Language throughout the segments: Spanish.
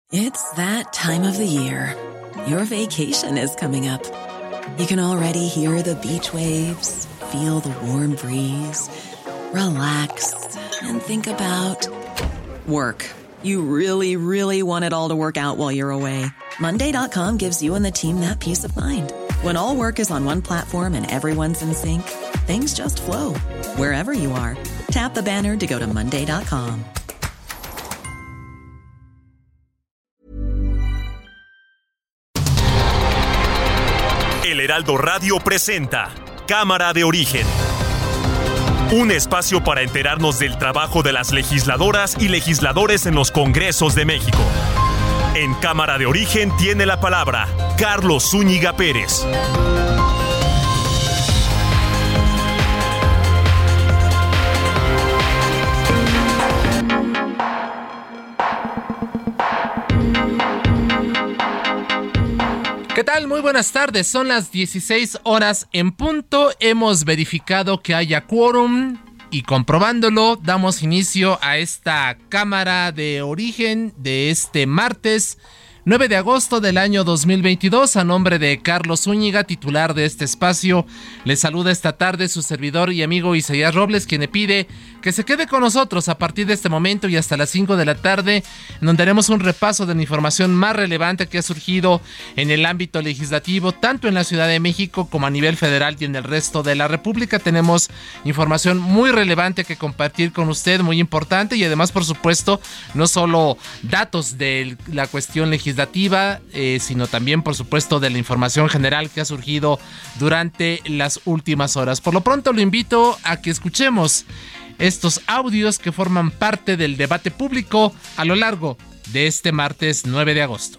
It's that time of the year. Your vacation is coming up. You can already hear the beach waves, feel the warm breeze, relax, and think about work. You really, really want it all to work out while you're away. Monday.com gives you and the team that peace of mind. When all work is on one platform and everyone's in sync, things just flow. Wherever you are, tap the banner to go to Monday.com. El Heraldo Radio presenta Cámara de Origen. Un espacio para enterarnos del trabajo de las legisladoras y legisladores en los Congresos de México. En Cámara de Origen tiene la palabra Carlos Zúñiga Pérez. ¿Qué tal? Muy buenas tardes, son las 16 horas en punto. Hemos verificado que haya quórum y comprobándolo damos inicio a esta Cámara de Origen de este martes 9 de agosto del año 2022. A nombre de Carlos Zúñiga, titular de este espacio, le saluda esta tarde su servidor y amigo Isaías Robles, quien le pide que se quede con nosotros a partir de este momento y hasta las 5 de la tarde, donde haremos un repaso de la información más relevante que ha surgido en el ámbito legislativo, tanto en la Ciudad de México como a nivel federal y en el resto de la República. Tenemos información muy relevante que compartir con usted, muy importante, y además, por supuesto, no solo datos de la cuestión legislativa, sino también, por supuesto, de la información general que ha surgido durante las últimas horas. Por lo pronto, lo invito a que escuchemos estos audios que forman parte del debate público a lo largo de este martes 9 de agosto.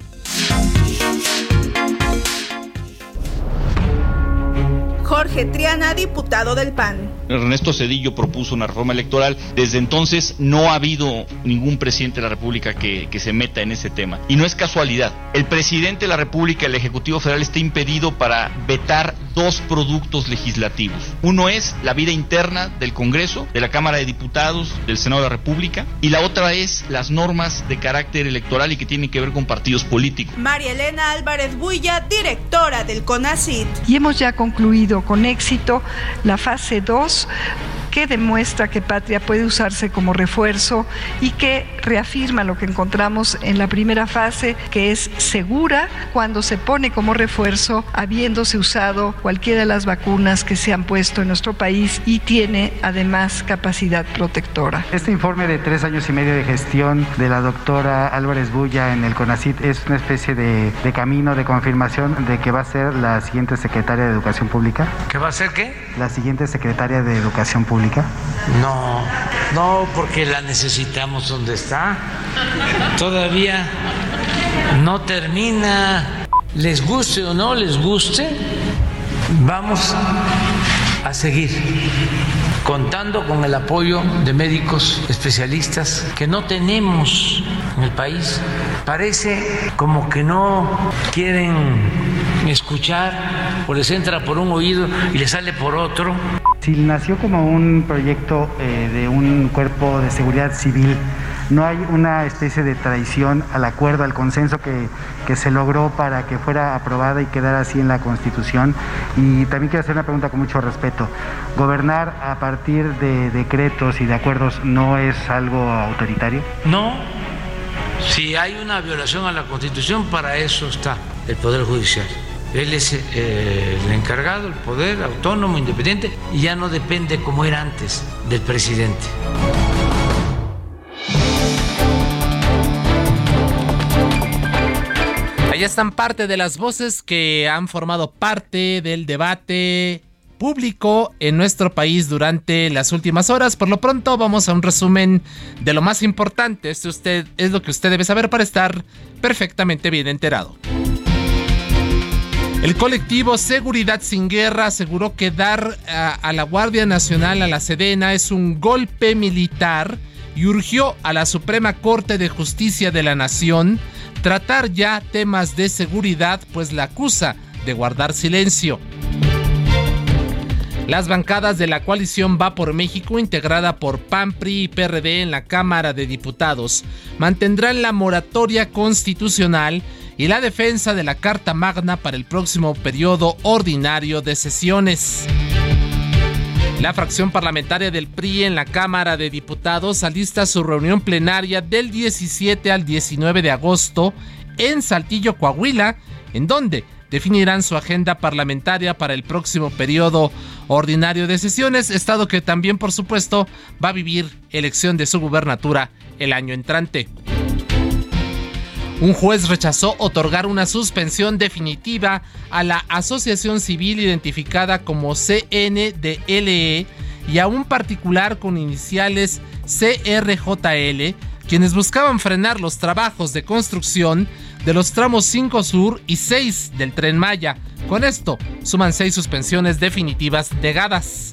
Jorge Triana, diputado del PAN. Ernesto Zedillo propuso una reforma electoral. Desde entonces no ha habido ningún presidente de la República que se meta en ese tema. Y no es casualidad. El presidente de la República, el Ejecutivo Federal, está impedido para vetar dos productos legislativos. Uno es la vida interna del Congreso, de la Cámara de Diputados, del Senado de la República, y la otra es las normas de carácter electoral y que tienen que ver con partidos políticos. María Elena Álvarez Builla, directora del CONACYT. Y hemos ya concluido con éxito la fase 2, que demuestra que Patria puede usarse como refuerzo y que reafirma lo que encontramos en la primera fase, que es segura cuando se pone como refuerzo, habiéndose usado cualquiera de las vacunas que se han puesto en nuestro país, y tiene además capacidad protectora. Este informe de 3 años y medio de gestión de la doctora Álvarez Bulla en el CONACYT es una especie de camino de confirmación de que va a ser la siguiente secretaria de Educación Pública. ¿Qué va a ser qué? La siguiente secretaria de Educación Pública. No, porque la necesitamos donde está. Todavía no termina. Les guste o no les guste, vamos a seguir contando con el apoyo de médicos especialistas que no tenemos en el país. Parece como que no quieren escuchar, o les entra por un oído y les sale por otro. Si nació como un proyecto de un cuerpo de seguridad civil, no hay una especie de traición al acuerdo, al consenso que se logró para que fuera aprobada y quedara así en la Constitución. Y también quiero hacer una pregunta con mucho respeto. ¿Gobernar a partir de decretos y de acuerdos no es algo autoritario? No. Si hay una violación a la Constitución, para eso está el Poder Judicial. Él es el encargado, el poder autónomo, independiente, y ya no depende como era antes del presidente. Allá están parte de las voces que han formado parte del debate público en nuestro país durante las últimas horas. Por lo pronto vamos a un resumen de lo más importante. Esto es lo que usted debe saber para estar perfectamente bien enterado. El colectivo Seguridad Sin Guerra aseguró que dar a la Guardia Nacional, a la Sedena, es un golpe militar y urgió a la Suprema Corte de Justicia de la Nación tratar ya temas de seguridad, pues la acusa de guardar silencio. Las bancadas de la coalición Va por México, integrada por PAN, PRI y PRD en la Cámara de Diputados, mantendrán la moratoria constitucional y la defensa de la Carta Magna para el próximo periodo ordinario de sesiones. La fracción parlamentaria del PRI en la Cámara de Diputados alista su reunión plenaria del 17 al 19 de agosto en Saltillo, Coahuila, en donde definirán su agenda parlamentaria para el próximo periodo ordinario de sesiones, estado que también, por supuesto, va a vivir elección de su gubernatura el año entrante. Un juez rechazó otorgar una suspensión definitiva a la asociación civil identificada como CNDLE y a un particular con iniciales CRJL, quienes buscaban frenar los trabajos de construcción de los tramos 5 Sur y 6 del Tren Maya. Con esto, suman 6 suspensiones definitivas negadas.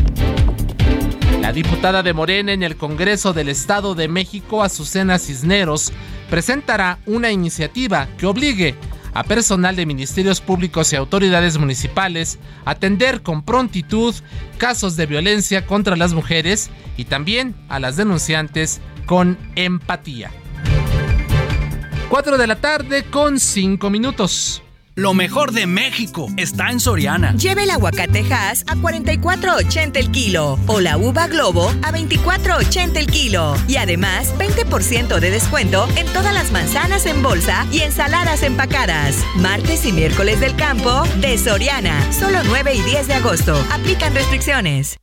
La diputada de Morena en el Congreso del Estado de México, Azucena Cisneros, presentará una iniciativa que obligue a personal de ministerios públicos y autoridades municipales a atender con prontitud casos de violencia contra las mujeres y también a las denunciantes con empatía. 4 de la tarde con 5 minutos. Lo mejor de México está en Soriana. Lleve el aguacate Hass a $44.80 el kilo o la uva Globo a $24.80 el kilo. Y además, 20% de descuento en todas las manzanas en bolsa y ensaladas empacadas. Martes y miércoles del campo de Soriana. Solo 9 y 10 de agosto. Aplican restricciones.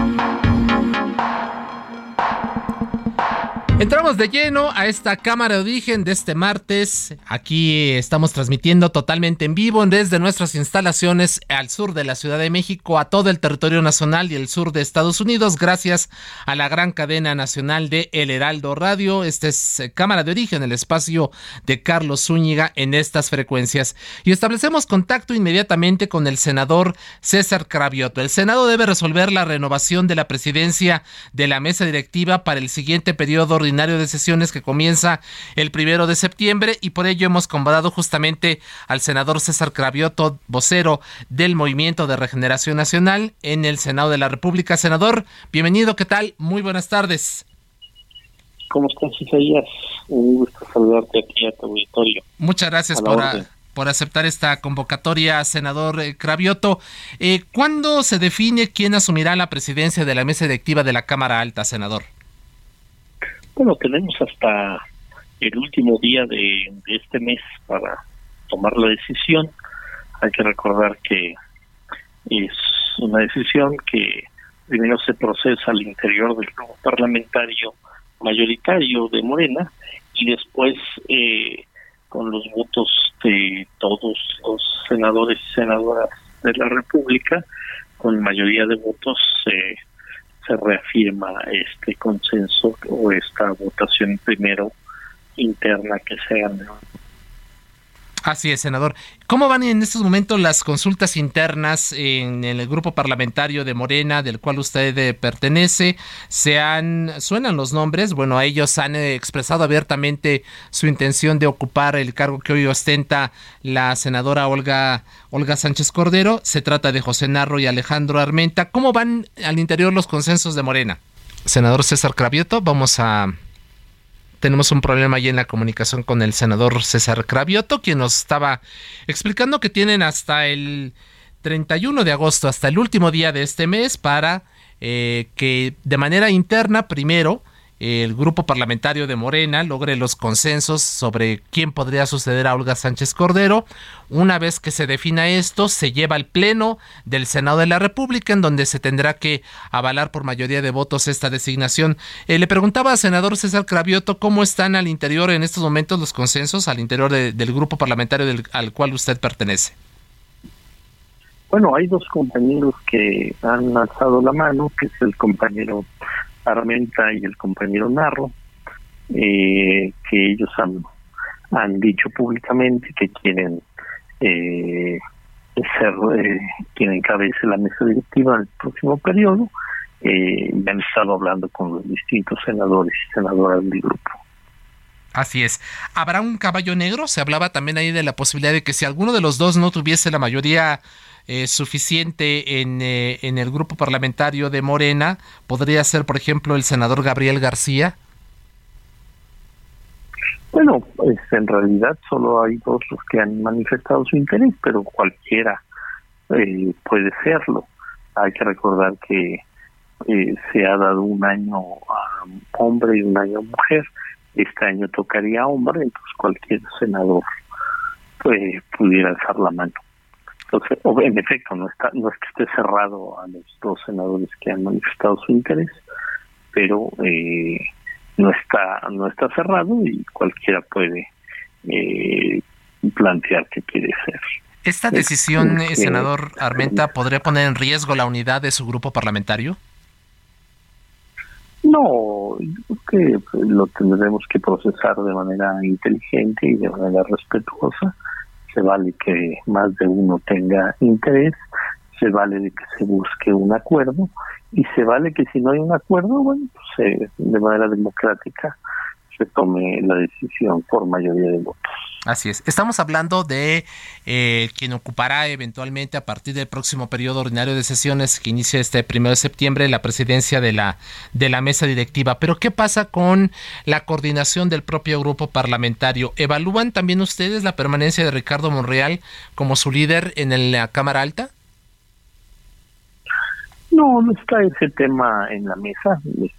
Entramos de lleno a esta Cámara de Origen de este martes. Aquí estamos transmitiendo totalmente en vivo desde nuestras instalaciones al sur de la Ciudad de México, a todo el territorio nacional y el sur de Estados Unidos, gracias a la gran cadena nacional de El Heraldo Radio. Esta es Cámara de Origen, el espacio de Carlos Zúñiga en estas frecuencias. Y establecemos contacto inmediatamente con el senador César Cravioto. El Senado debe resolver la renovación de la presidencia de la mesa directiva para el siguiente periodo ordinario de sesiones que comienza el 1 de septiembre, y por ello hemos convocado justamente al senador César Cravioto, vocero del Movimiento de Regeneración Nacional en el Senado de la República. Senador, bienvenido, ¿qué tal? Muy buenas tardes. ¿Cómo estás, Isaías? Un gusto saludarte aquí a tu auditorio. Muchas gracias por aceptar esta convocatoria, senador Cravioto. ¿Cuándo se define quién asumirá la presidencia de la mesa directiva de la Cámara Alta, senador? Bueno, tenemos hasta el último día de este mes para tomar la decisión. Hay que recordar que es una decisión que primero se procesa al interior del grupo parlamentario mayoritario de Morena y después con los votos de todos los senadores y senadoras de la República, con mayoría de votos se reafirma este consenso o esta votación primero interna que se haga. Así es, senador. ¿Cómo van en estos momentos las consultas internas en el grupo parlamentario de Morena, del cual usted pertenece? ¿Suenan los nombres? Bueno, ellos han expresado abiertamente su intención de ocupar el cargo que hoy ostenta la senadora Olga Sánchez Cordero. Se trata de José Narro y Alejandro Armenta. ¿Cómo van al interior los consensos de Morena? Senador César Cravioto, tenemos un problema ahí en la comunicación con el senador César Cravioto, quien nos estaba explicando que tienen hasta el 31 de agosto, hasta el último día de este mes, para que de manera interna, primero, el grupo parlamentario de Morena logre los consensos sobre quién podría suceder a Olga Sánchez Cordero. Una vez que se defina esto, se lleva al Pleno del Senado de la República, en donde se tendrá que avalar por mayoría de votos esta designación. Le preguntaba al senador César Cravioto cómo están al interior en estos momentos los consensos al interior del grupo parlamentario al cual usted pertenece. Bueno, hay dos compañeros que han alzado la mano, que es el compañero Armenta y el compañero Narro, que ellos han dicho públicamente que quieren ser quien encabece la mesa directiva del próximo periodo, y han estado hablando con los distintos senadores y senadoras del grupo. Así es. ¿Habrá un caballo negro? Se hablaba también ahí de la posibilidad de que si alguno de los dos no tuviese la mayoría suficiente en el grupo parlamentario de Morena, podría ser, por ejemplo, el senador Gabriel García. Bueno, pues en realidad solo hay dos los que han manifestado su interés, pero cualquiera puede serlo. Hay que recordar que se ha dado un año a hombre y un año a mujer. Este año tocaría hombre, entonces cualquier senador pudiera alzar la mano. Entonces, en efecto, no es que esté cerrado a los dos senadores que han manifestado su interés, pero no está cerrado y cualquiera puede plantear qué quiere ser. ¿Esta decisión, senador Armenta, podría poner en riesgo la unidad de su grupo parlamentario? No, yo creo que lo tendremos que procesar de manera inteligente y de manera respetuosa. Se vale que más de uno tenga interés, se vale de que se busque un acuerdo y se vale que si no hay un acuerdo, bueno, pues de manera democrática se tome la decisión por mayoría de votos. Así es. Estamos hablando de quien ocupará eventualmente a partir del próximo periodo ordinario de sesiones que inicia este 1 de septiembre la presidencia de la mesa directiva. Pero ¿qué pasa con la coordinación del propio grupo parlamentario? ¿Evalúan también ustedes la permanencia de Ricardo Monreal como su líder en la Cámara Alta? No está ese tema en la mesa.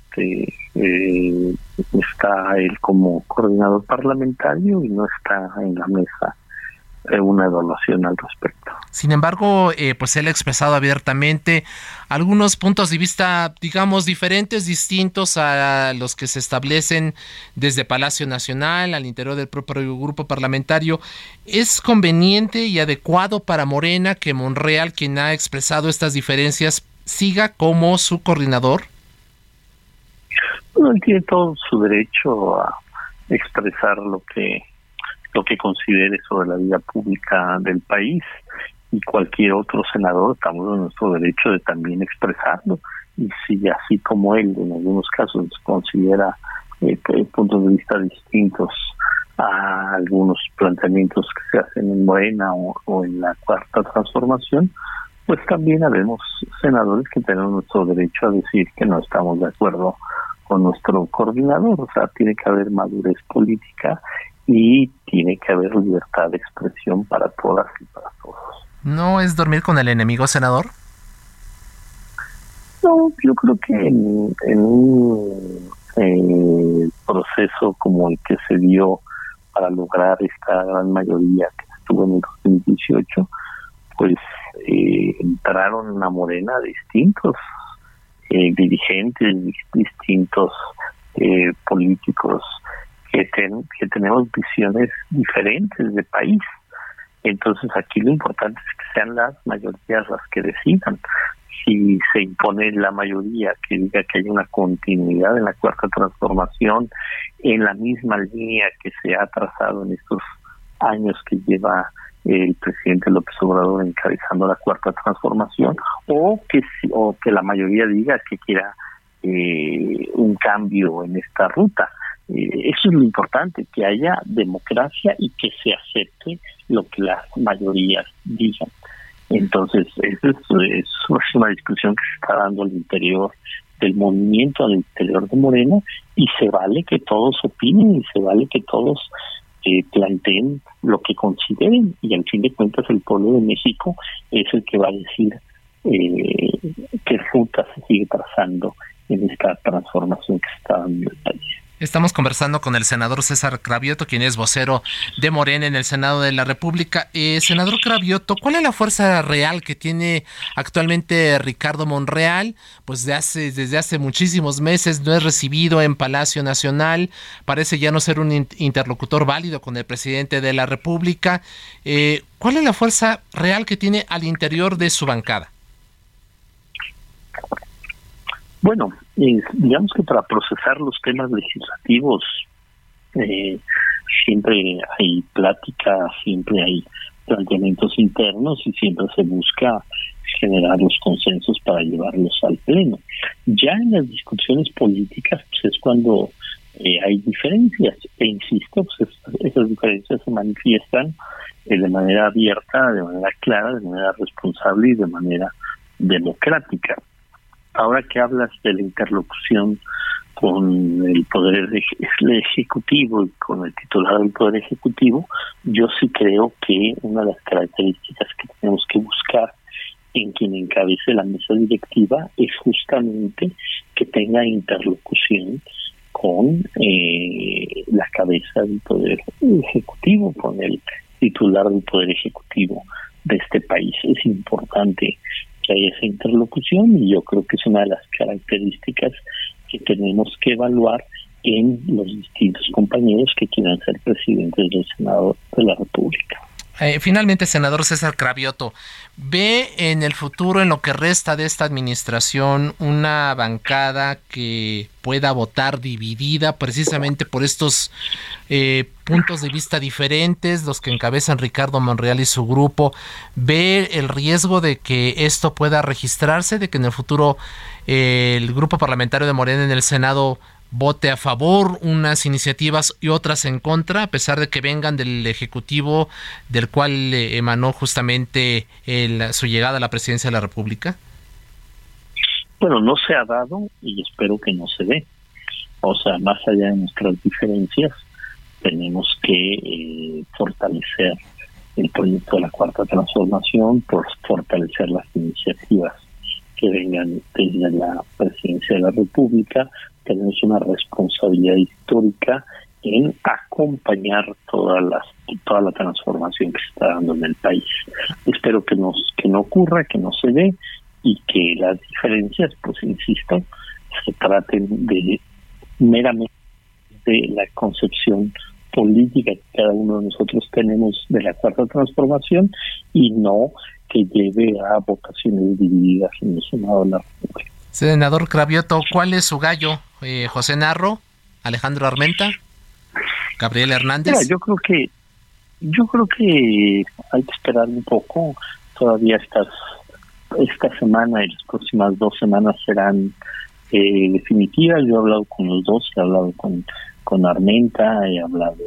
Está él como coordinador parlamentario y no está en la mesa una evaluación al respecto. Sin embargo, pues él ha expresado abiertamente algunos puntos de vista, digamos, diferentes, distintos a los que se establecen desde Palacio Nacional, al interior del propio grupo parlamentario. ¿Es conveniente y adecuado para Morena que Monreal, quien ha expresado estas diferencias, siga como su coordinador? Bueno, él tiene todo su derecho a expresar lo que considere sobre la vida pública del país, y cualquier otro senador estamos en nuestro derecho de también expresarlo, y si así como él en algunos casos considera puntos de vista distintos a algunos planteamientos que se hacen en Morena o en la Cuarta Transformación, pues también habemos senadores que tenemos nuestro derecho a decir que no estamos de acuerdo con nuestro coordinador. O sea, tiene que haber madurez política y tiene que haber libertad de expresión para todas y para todos. ¿No es dormir con el enemigo, senador? No, yo creo que en un proceso como el que se dio para lograr esta gran mayoría que estuvo en el 2018, pues entraron a Morena distintos dirigentes, distintos políticos que tenemos visiones diferentes de país. Entonces aquí lo importante es que sean las mayorías las que decidan. Si se impone la mayoría que diga que hay una continuidad en la Cuarta Transformación en la misma línea que se ha trazado en estos años que lleva el presidente López Obrador encabezando la Cuarta Transformación, o que la mayoría diga que quiera un cambio en esta ruta. Eso es lo importante, que haya democracia y que se acepte lo que las mayorías digan. Entonces, eso es una discusión que se está dando al interior del movimiento, al interior de Morena, y se vale que todos opinen y se vale que todos planteen lo que consideren, y al fin de cuentas el pueblo de México es el que va a decir qué ruta se sigue trazando en esta transformación que se está dando en el país. Estamos conversando con el senador César Cravioto, quien es vocero de Morena en el Senado de la República. Senador Cravioto, ¿cuál es la fuerza real que tiene actualmente Ricardo Monreal? Pues desde hace muchísimos meses no es recibido en Palacio Nacional, parece ya no ser un interlocutor válido con el presidente de la República. ¿Cuál es la fuerza real que tiene al interior de su bancada? Bueno, digamos que para procesar los temas legislativos siempre hay plática, siempre hay planteamientos internos y siempre se busca generar los consensos para llevarlos al pleno. Ya en las discusiones políticas pues es cuando hay diferencias, e insisto, pues esas diferencias se manifiestan de manera abierta, de manera clara, de manera responsable y de manera democrática. Ahora que hablas de la interlocución con el Poder Ejecutivo y con el titular del Poder Ejecutivo, yo sí creo que una de las características que tenemos que buscar en quien encabece la mesa directiva es justamente que tenga interlocución con la cabeza del Poder Ejecutivo, con el titular del Poder Ejecutivo de este país. Es importante que haya esa interlocución y yo creo que es una de las características que tenemos que evaluar en los distintos compañeros que quieran ser presidentes del Senado de la República. Finalmente, senador César Cravioto, ¿ve en el futuro, en lo que resta de esta administración, una bancada que pueda votar dividida precisamente por estos puntos de vista diferentes, los que encabezan Ricardo Monreal y su grupo? ¿Ve el riesgo de que esto pueda registrarse, de que en el futuro el grupo parlamentario de Morena en el Senado vote a favor unas iniciativas y otras en contra, a pesar de que vengan del Ejecutivo, del cual emanó justamente su llegada a la presidencia de la República? Bueno, no se ha dado y espero que no se dé. O sea, más allá de nuestras diferencias, tenemos que fortalecer el proyecto de la Cuarta Transformación, por fortalecer las iniciativas que vengan desde la presidencia de la República. Tenemos una responsabilidad histórica en acompañar toda la transformación que se está dando en el país. Espero que no ocurra, que no se dé y que las diferencias, pues insisto, se traten de meramente de la concepción política que cada uno de nosotros tenemos de la Cuarta Transformación y no que lleve a votaciones divididas en el Senado de la República. Senador Cravioto, ¿cuál es su gallo? ¿José Narro? ¿Alejandro Armenta? ¿Gabriel Hernández? Mira, yo creo que hay que esperar un poco. Todavía esta semana y las próximas 2 semanas serán definitivas. Yo he hablado con los dos, he hablado con Armenta, he hablado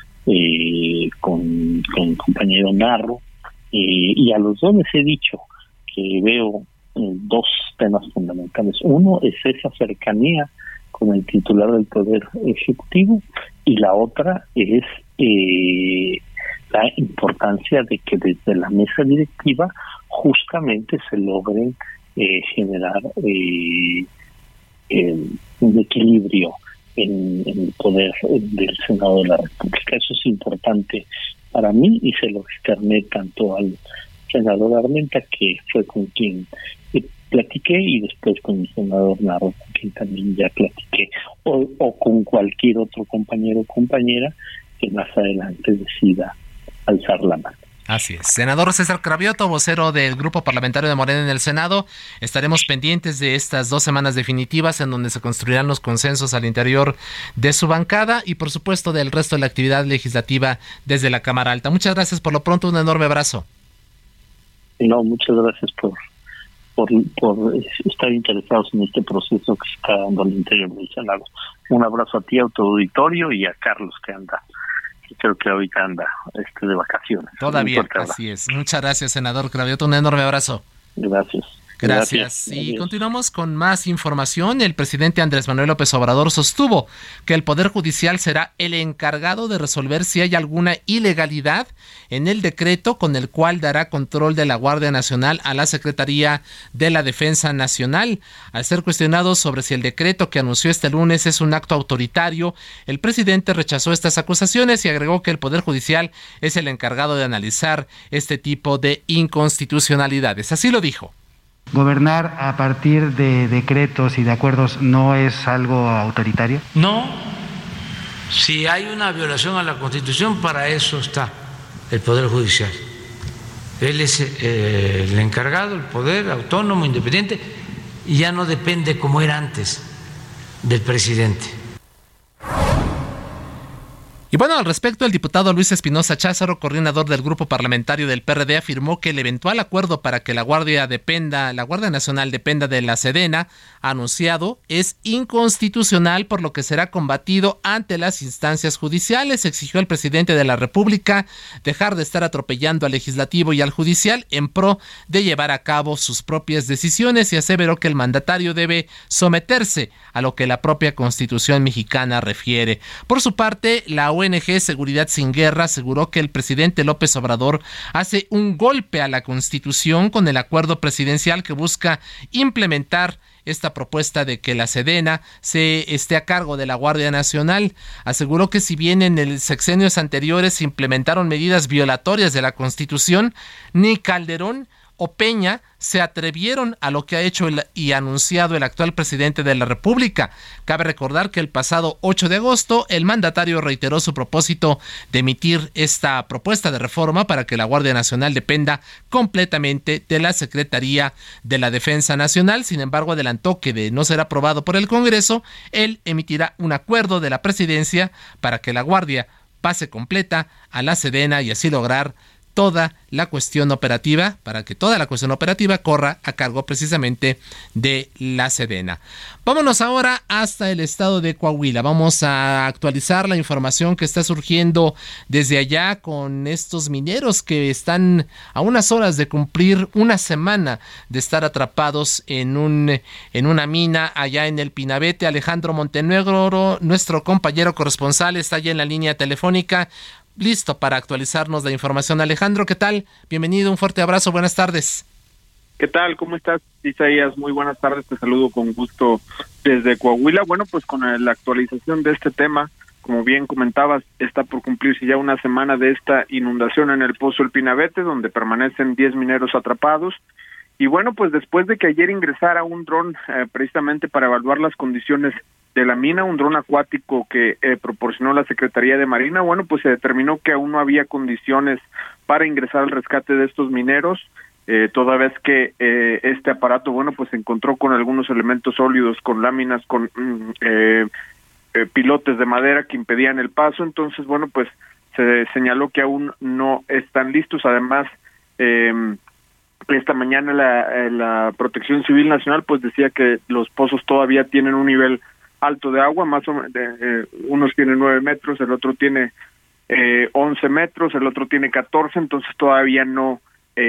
con el compañero Narro, y a los dos les he dicho que veo 2 temas fundamentales. Uno es esa cercanía con el titular del Poder Ejecutivo y la otra es la importancia de que desde la mesa directiva justamente se logren generar un equilibrio en el poder del Senado de la República. Eso es importante para mí y se lo externé tanto al senador Armenta, que fue con quien platiqué, y después con el senador Narro, con quien también ya platiqué, o con cualquier otro compañero o compañera que más adelante decida alzar la mano. Así es. Senador César Cravioto, vocero del Grupo Parlamentario de Morena en el Senado, estaremos pendientes de estas 2 semanas definitivas en donde se construirán los consensos al interior de su bancada y por supuesto del resto de la actividad legislativa desde la Cámara Alta. Muchas gracias por lo pronto, un enorme abrazo. No, muchas gracias por estar interesados en este proceso que se está dando al interior del Senado. Un abrazo a ti, a tu auditorio, y a Carlos, que creo que ahorita anda de vacaciones. Todavía, así es. Muchas gracias, senador Cravioto, un enorme abrazo. Gracias. Y adiós. Continuamos con más información. El presidente Andrés Manuel López Obrador sostuvo que el Poder Judicial será el encargado de resolver si hay alguna ilegalidad en el decreto con el cual dará control de la Guardia Nacional a la Secretaría de la Defensa Nacional. Al ser cuestionado sobre si el decreto que anunció este lunes es un acto autoritario, el presidente rechazó estas acusaciones y agregó que el Poder Judicial es el encargado de analizar este tipo de inconstitucionalidades. Así lo dijo. ¿Gobernar a partir de decretos y de acuerdos no es algo autoritario? No. Si hay una violación a la Constitución, para eso está el Poder Judicial. Él es el encargado, el poder autónomo, independiente, y ya no depende como era antes del presidente. Y bueno, al respecto, el diputado Luis Espinosa Cházaro, coordinador del grupo parlamentario del PRD, afirmó que el eventual acuerdo para que la Guardia Nacional dependa de la Sedena, anunciado, es inconstitucional, por lo que será combatido ante las instancias judiciales. Exigió al presidente de la República dejar de estar atropellando al legislativo y al judicial en pro de llevar a cabo sus propias decisiones, y aseveró que el mandatario debe someterse a lo que la propia Constitución mexicana refiere. Por su parte, la ONG Seguridad Sin Guerra aseguró que el presidente López Obrador hace un golpe a la Constitución con el acuerdo presidencial que busca implementar esta propuesta de que la Sedena esté a cargo de la Guardia Nacional. Aseguró que si bien en el sexenios anteriores se implementaron medidas violatorias de la Constitución, ni Calderón o Peña se atrevieron a lo que ha hecho y anunciado el actual presidente de la República. Cabe recordar que el pasado 8 de agosto el mandatario reiteró su propósito de emitir esta propuesta de reforma para que la Guardia Nacional dependa completamente de la Secretaría de la Defensa Nacional. Sin embargo, adelantó que de no ser aprobado por el Congreso, él emitirá un acuerdo de la presidencia para que la Guardia pase completa a la Sedena y así lograr toda la cuestión operativa, para que toda la cuestión operativa corra a cargo precisamente de la Sedena. Vámonos ahora hasta el estado de Coahuila. Vamos a actualizar la información que está surgiendo desde allá con estos mineros que están a unas horas de cumplir una semana de estar atrapados en una mina allá en el Pinabete. Alejandro Montenegro, nuestro compañero corresponsal, está allá en la línea telefónica, listo para actualizarnos la información. Alejandro, ¿qué tal? Bienvenido, un fuerte abrazo, buenas tardes. ¿Qué tal? ¿Cómo estás, Isaías? Muy buenas tardes, te saludo con gusto desde Coahuila. Bueno, pues con la actualización de este tema, como bien comentabas, está por cumplirse ya una semana de esta inundación en el Pozo El Pinabete, donde permanecen 10 mineros atrapados. Y bueno, pues después de que ayer ingresara un dron precisamente para evaluar las condiciones de la mina, un dron acuático que proporcionó la Secretaría de Marina, bueno, pues se determinó que aún no había condiciones para ingresar al rescate de estos mineros, toda vez que este aparato, bueno, pues se encontró con algunos elementos sólidos, con láminas, con pilotes de madera que impedían el paso. Entonces, bueno, pues se señaló que aún no están listos. Además, esta mañana la Protección Civil Nacional pues decía que los pozos todavía tienen un nivel alto de agua, más o menos, unos tienen 9 metros, el otro tiene 11 metros, el otro tiene 14, entonces todavía no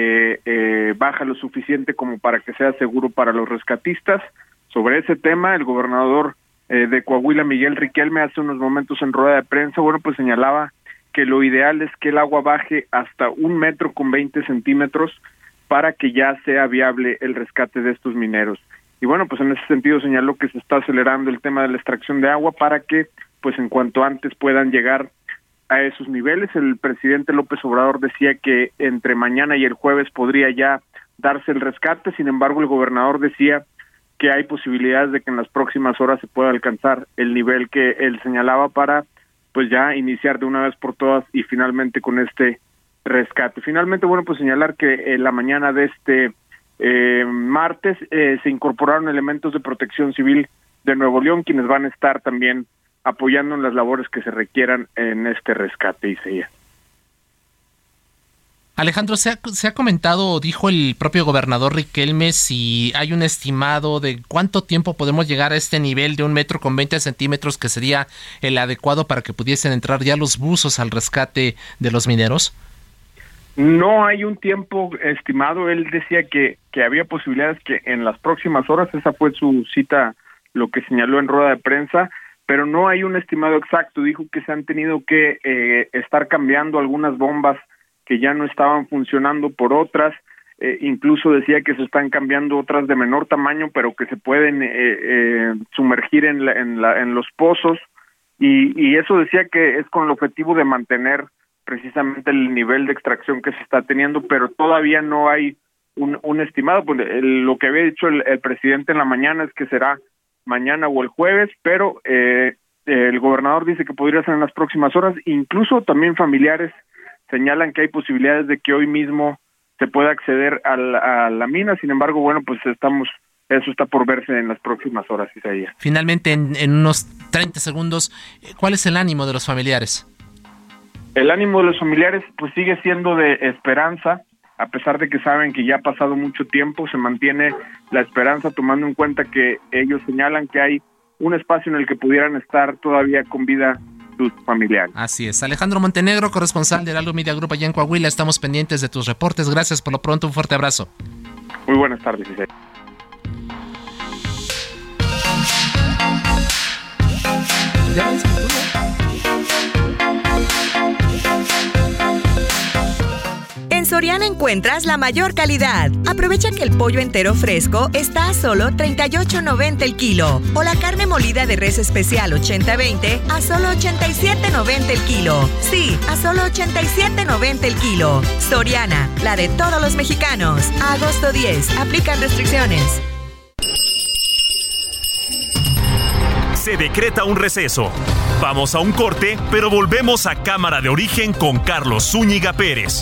baja lo suficiente como para que sea seguro para los rescatistas. Sobre ese tema, el gobernador de Coahuila, Miguel Riquelme, hace unos momentos en rueda de prensa, bueno, pues señalaba que lo ideal es que el agua baje hasta 1 metro con 20 centímetros para que ya sea viable el rescate de estos mineros. Y bueno, pues en ese sentido señaló que se está acelerando el tema de la extracción de agua para que, pues en cuanto antes puedan llegar a esos niveles. El presidente López Obrador decía que entre mañana y el jueves podría ya darse el rescate. Sin embargo, el gobernador decía que hay posibilidades de que en las próximas horas se pueda alcanzar el nivel que él señalaba para, pues ya iniciar de una vez por todas y finalmente con este rescate. Finalmente, bueno, pues señalar que en la mañana de este martes se incorporaron elementos de Protección Civil de Nuevo León, quienes van a estar también apoyando en las labores que se requieran en este rescate, Isaías. Alejandro, se ha comentado, dijo el propio gobernador Riquelme, si hay un estimado de cuánto tiempo podemos llegar a este nivel de 1 metro con 20 centímetros que sería el adecuado para que pudiesen entrar ya los buzos al rescate de los mineros. No hay un tiempo estimado. Él decía que había posibilidades que en las próximas horas, esa fue su cita, lo que señaló en rueda de prensa, pero no hay un estimado exacto. Dijo que se han tenido que estar cambiando algunas bombas que ya no estaban funcionando por otras, incluso decía que se están cambiando otras de menor tamaño, pero que se pueden sumergir en los pozos, y eso decía que es con el objetivo de mantener precisamente el nivel de extracción que se está teniendo, pero todavía no hay un estimado. Pues lo que había dicho el presidente en la mañana es que será mañana o el jueves, pero el gobernador dice que podría ser en las próximas horas. Incluso también familiares señalan que hay posibilidades de que hoy mismo se pueda acceder a la mina. Sin embargo, bueno, pues eso está por verse en las próximas horas, Isaías. Finalmente, en unos 30 segundos, ¿cuál es el ánimo de los familiares? El ánimo de los familiares pues sigue siendo de esperanza, a pesar de que saben que ya ha pasado mucho tiempo, se mantiene la esperanza tomando en cuenta que ellos señalan que hay un espacio en el que pudieran estar todavía con vida sus familiares. Así es. Alejandro Montenegro, corresponsal de Heraldo Media Group allá en Coahuila, estamos pendientes de tus reportes. Gracias por lo pronto, un fuerte abrazo. Muy buenas tardes, Isabel. En Soriana encuentras la mayor calidad. Aprovecha que el pollo entero fresco está a solo $38.90 el kilo. O la carne molida de res especial 80-20 a solo $87.90 el kilo. Sí, a solo $87.90 el kilo. Soriana, la de todos los mexicanos. A agosto 10, aplican restricciones. Se decreta un receso. Vamos a un corte, pero volvemos a Cámara de Origen con Carlos Zúñiga Pérez.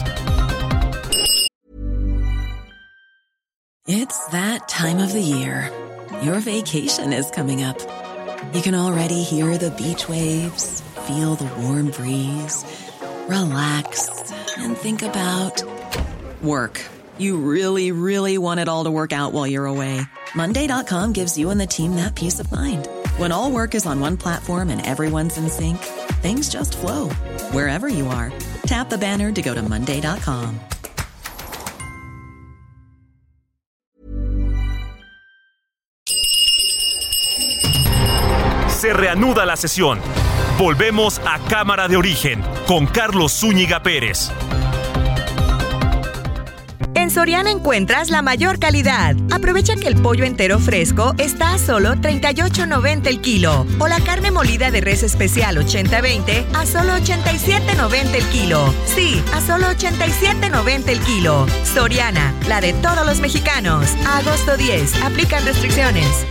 It's that time of the year. Your vacation is coming up. You can already hear the beach waves, feel the warm breeze, relax, and think about work. You really, really want it all to work out while you're away. Monday.com gives you and the team that peace of mind. When all work is on one platform and everyone's in sync, things just flow. Wherever you are, tap the banner to go to Monday.com. Se reanuda la sesión. Volvemos a Cámara de Origen con Carlos Zúñiga Pérez. En Soriana encuentras la mayor calidad. Aprovecha que el pollo entero fresco está a solo $38.90 el kilo. O la carne molida de res especial 80-20 a solo $87.90 el kilo. Sí, a solo $87.90 el kilo. Soriana, la de todos los mexicanos. A agosto 10, aplican restricciones.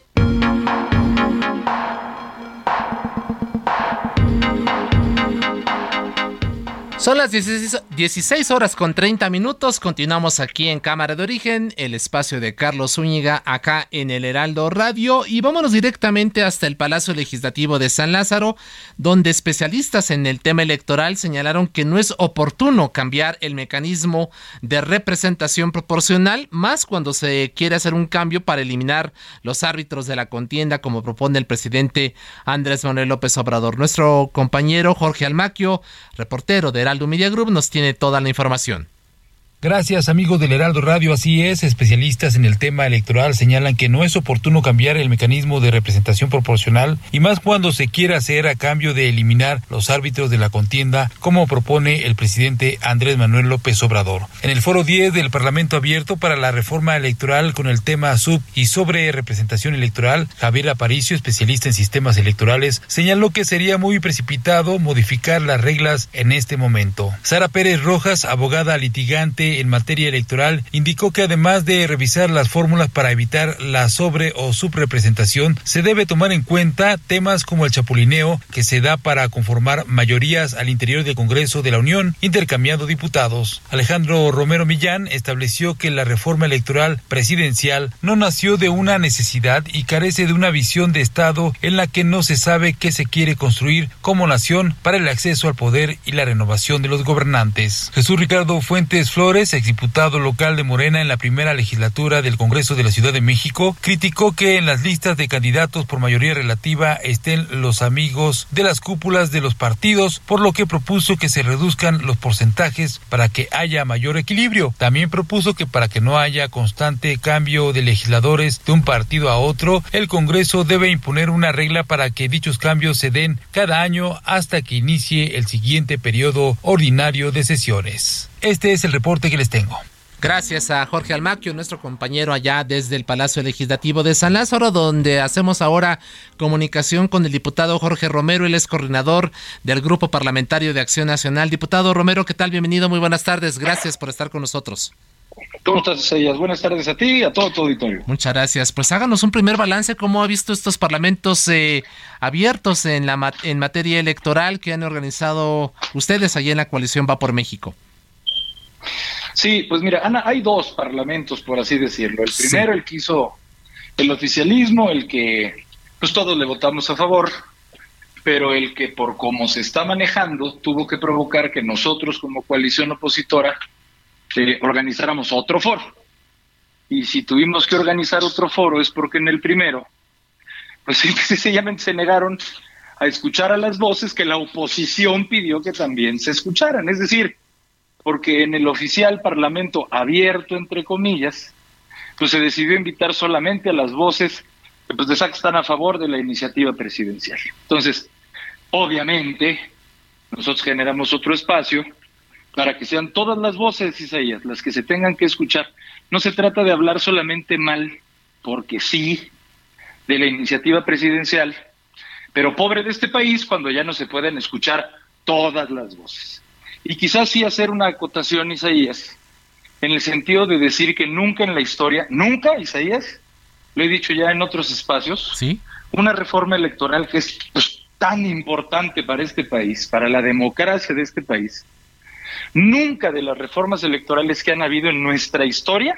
Son las 16 horas con 30 minutos. Continuamos aquí en Cámara de Origen, el espacio de Carlos Zúñiga, acá en el Heraldo Radio. Y vámonos directamente hasta el Palacio Legislativo de San Lázaro, donde especialistas en el tema electoral señalaron que no es oportuno cambiar el mecanismo de representación proporcional, más cuando se quiere hacer un cambio para eliminar los árbitros de la contienda, como propone el presidente Andrés Manuel López Obrador. Nuestro compañero Jorge Almaquio, reportero de Heraldo Media Group, nos tiene toda la información. Gracias, amigos del Heraldo Radio. Así es, especialistas en el tema electoral señalan que no es oportuno cambiar el mecanismo de representación proporcional, y más cuando se quiera hacer a cambio de eliminar los árbitros de la contienda, como propone el presidente Andrés Manuel López Obrador. En el foro 10 del Parlamento Abierto para la Reforma Electoral con el tema sub y sobre representación electoral, Javier Aparicio, especialista en sistemas electorales, señaló que sería muy precipitado modificar las reglas en este momento. Sara Pérez Rojas, abogada litigante en materia electoral, indicó que además de revisar las fórmulas para evitar la sobre o subrepresentación, se debe tomar en cuenta temas como el chapulineo que se da para conformar mayorías al interior del Congreso de la Unión, intercambiando diputados. Alejandro Romero Millán estableció que la reforma electoral presidencial no nació de una necesidad y carece de una visión de Estado en la que no se sabe qué se quiere construir como nación para el acceso al poder y la renovación de los gobernantes. Jesús Ricardo Fuentes Flores, exdiputado local de Morena en la primera legislatura del Congreso de la Ciudad de México, criticó que en las listas de candidatos por mayoría relativa estén los amigos de las cúpulas de los partidos, por lo que propuso que se reduzcan los porcentajes para que haya mayor equilibrio. También propuso que para que no haya constante cambio de legisladores de un partido a otro, el Congreso debe imponer una regla para que dichos cambios se den cada año hasta que inicie el siguiente periodo ordinario de sesiones. Este es el reporte que les tengo. Gracias a Jorge Almaquio, nuestro compañero allá desde el Palacio Legislativo de San Lázaro, donde hacemos ahora comunicación con el diputado Jorge Romero. Él es coordinador del Grupo Parlamentario de Acción Nacional. Diputado Romero, ¿qué tal? Bienvenido, muy buenas tardes. Gracias por estar con nosotros. ¿Cómo estás, Isaías? Buenas tardes a ti y a todo tu auditorio. Muchas gracias. Pues háganos un primer balance. ¿Cómo ha visto estos parlamentos abiertos en materia electoral que han organizado ustedes allí en la coalición Va por México? Sí, pues mira, Ana, hay dos parlamentos, por así decirlo. El primero, el que hizo el oficialismo, el que pues todos le votamos a favor, pero el que por cómo se está manejando tuvo que provocar que nosotros como coalición opositora organizáramos otro foro. Y si tuvimos que organizar otro foro es porque en el primero, pues sencillamente se negaron a escuchar a las voces que la oposición pidió que también se escucharan. Es decir, porque en el oficial Parlamento abierto, entre comillas, pues se decidió invitar solamente a las voces pues de que están a favor de la iniciativa presidencial. Entonces, obviamente, nosotros generamos otro espacio para que sean todas las voces, Isaías, las que se tengan que escuchar. No se trata de hablar solamente mal, porque sí, de la iniciativa presidencial, pero pobre de este país cuando ya no se pueden escuchar todas las voces. Y quizás sí hacer una acotación, Isaías, en el sentido de decir que nunca en la historia, nunca, Isaías, lo he dicho ya en otros espacios, ¿sí?, una reforma electoral que es tan importante para este país, para la democracia de este país, nunca de las reformas electorales que han habido en nuestra historia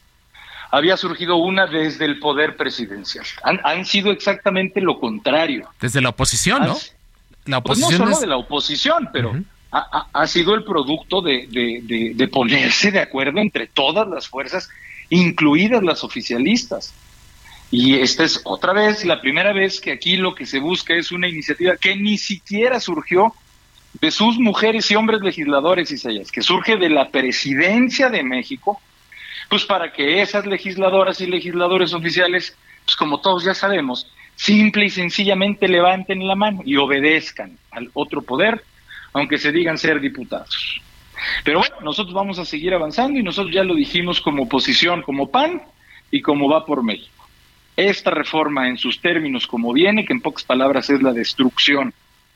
había surgido una desde el poder presidencial. Han sido exactamente lo contrario. Desde la oposición, ¿no? La oposición pues no solo de la oposición, pero ha sido el producto de ponerse de acuerdo entre todas las fuerzas, incluidas las oficialistas. Y esta es otra vez, la primera vez que aquí lo que se busca es una iniciativa que ni siquiera surgió de sus mujeres y hombres legisladores, Isaías, que surge de la presidencia de México, pues para que esas legisladoras y legisladores oficiales, pues como todos ya sabemos, simple y sencillamente levanten la mano y obedezcan al otro poder, aunque se digan ser diputados. Pero bueno, nosotros vamos a seguir avanzando y nosotros ya lo dijimos como oposición, como PAN y como Va por México. Esta reforma en sus términos como viene, que en pocas palabras es la destrucción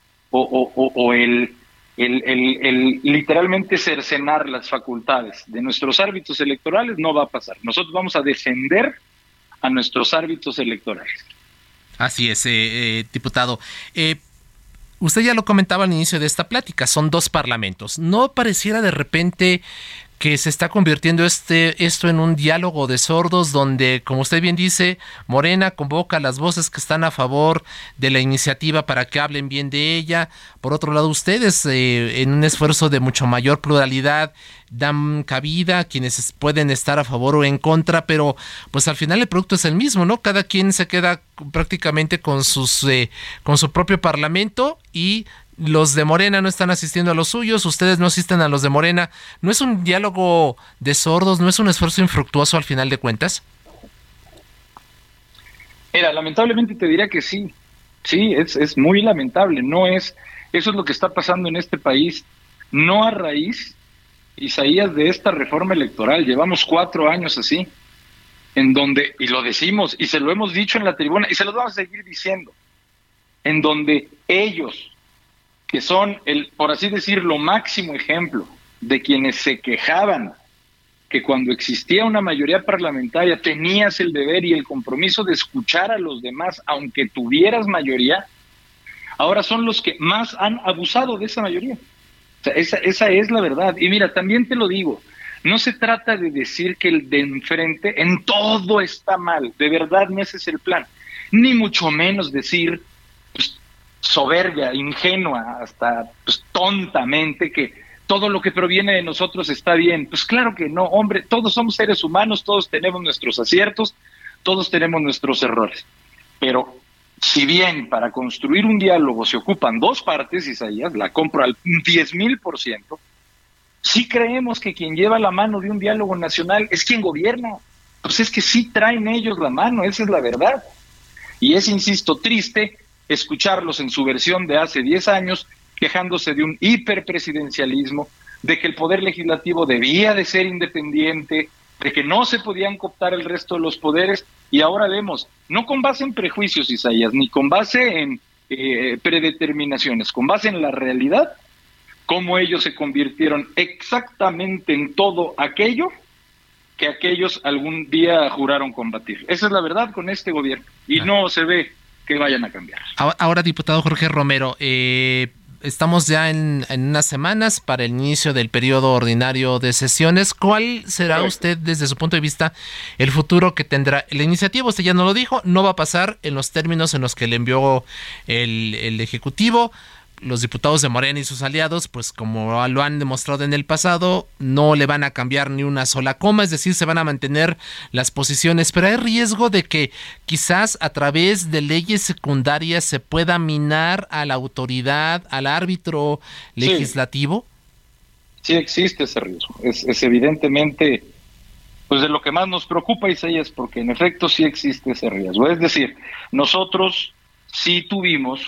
o el literalmente cercenar las facultades de nuestros árbitros electorales, no va a pasar. Nosotros vamos a defender a nuestros árbitros electorales. Así es, diputado. Usted ya lo comentaba al inicio de esta plática, son dos parlamentos. ¿No pareciera de repente que se está convirtiendo esto en un diálogo de sordos donde, como usted bien dice, Morena convoca a las voces que están a favor de la iniciativa para que hablen bien de ella? Por otro lado, ustedes, en un esfuerzo de mucho mayor pluralidad, dan cabida a quienes pueden estar a favor o en contra, pero pues al final el producto es el mismo, ¿no? Cada quien se queda prácticamente con su propio parlamento y los de Morena no están asistiendo a los suyos, ustedes no asisten a los de Morena. ¿No es un diálogo de sordos? ¿No es un esfuerzo infructuoso al final de cuentas? Mira, lamentablemente te diría que sí. Sí, es muy lamentable. Eso es lo que está pasando en este país. No a raíz, Isaías, de esta reforma electoral. Llevamos 4 años así, en donde, y lo decimos, y se lo hemos dicho en la tribuna, y se lo vamos a seguir diciendo, en donde ellos, que son por así decirlo, máximo ejemplo de quienes se quejaban que cuando existía una mayoría parlamentaria tenías el deber y el compromiso de escuchar a los demás, aunque tuvieras mayoría, ahora son los que más han abusado de esa mayoría. O sea, esa es la verdad. Y mira, también te lo digo, no se trata de decir que el de enfrente en todo está mal, de verdad no ese es el plan, ni mucho menos decir soberbia, ingenua, hasta tontamente que todo lo que proviene de nosotros está bien. Pues claro que no, hombre, todos somos seres humanos, todos tenemos nuestros aciertos, todos tenemos nuestros errores. Pero si bien para construir un diálogo se ocupan 2 partes, Isaías, la compro al 10,000%, sí creemos que quien lleva la mano de un diálogo nacional es quien gobierna. Pues es que sí traen ellos la mano, esa es la verdad. Y es, insisto, triste escucharlos en su versión de hace 10 años, quejándose de un hiperpresidencialismo, de que el poder legislativo debía de ser independiente, de que no se podían cooptar el resto de los poderes, y ahora vemos, no con base en prejuicios, Isaías, ni con base en predeterminaciones, con base en la realidad, cómo ellos se convirtieron exactamente en todo aquello que aquellos algún día juraron combatir. Esa es la verdad con este gobierno, y no se ve que vayan a cambiar. Ahora, diputado Jorge Romero, estamos ya en unas semanas para el inicio del periodo ordinario de sesiones. ¿Cuál será usted, desde su punto de vista, el futuro que tendrá la iniciativa? Usted ya no lo dijo, no va a pasar en los términos en los que le envió el Ejecutivo. Los diputados de Morena y sus aliados, pues como lo han demostrado en el pasado, no le van a cambiar ni una sola coma, es decir, se van a mantener las posiciones, pero hay riesgo de que quizás a través de leyes secundarias se pueda minar a la autoridad, al árbitro legislativo. Sí existe ese riesgo, es evidentemente pues de lo que más nos preocupa, Isaías, porque en efecto sí existe ese riesgo. Es decir, nosotros sí tuvimos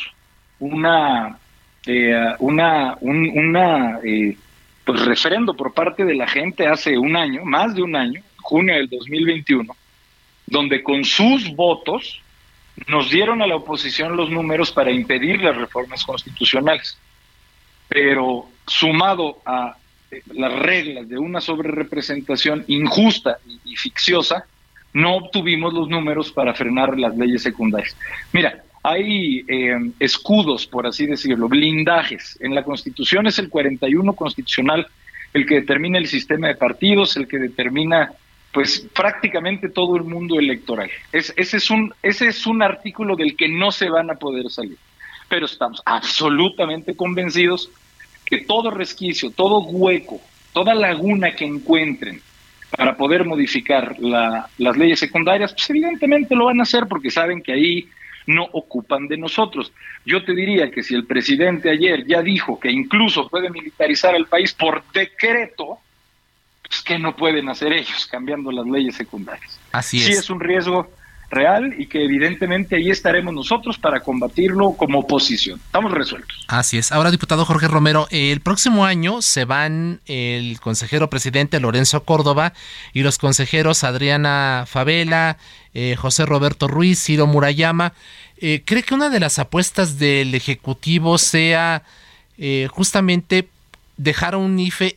pues referendo por parte de la gente hace un año, más de un año, junio del 2021, donde con sus votos nos dieron a la oposición los números para impedir las reformas constitucionales. Pero sumado a las reglas de una sobrerepresentación injusta y ficciosa, no obtuvimos los números para frenar las leyes secundarias. Mira, hay escudos, por así decirlo, blindajes. En la Constitución es el 41 constitucional el que determina el sistema de partidos, el que determina pues prácticamente todo el mundo electoral. Ese es un artículo del que no se van a poder salir. Pero estamos absolutamente convencidos que todo resquicio, todo hueco, toda laguna que encuentren para poder modificar las leyes secundarias, pues evidentemente lo van a hacer porque saben que ahí no ocupan de nosotros. Yo te diría que si el presidente ayer ya dijo que incluso puede militarizar el país por decreto, pues ¿qué no pueden hacer ellos cambiando las leyes secundarias? Así es. Sí es un riesgo real y que evidentemente ahí estaremos nosotros para combatirlo como oposición. Estamos resueltos. Así es. Ahora, diputado Jorge Romero, el próximo año se van el consejero presidente Lorenzo Córdoba y los consejeros Adriana Favela, José Roberto Ruiz, Ciro Murayama. ¿Cree que una de las apuestas del Ejecutivo sea justamente dejar a un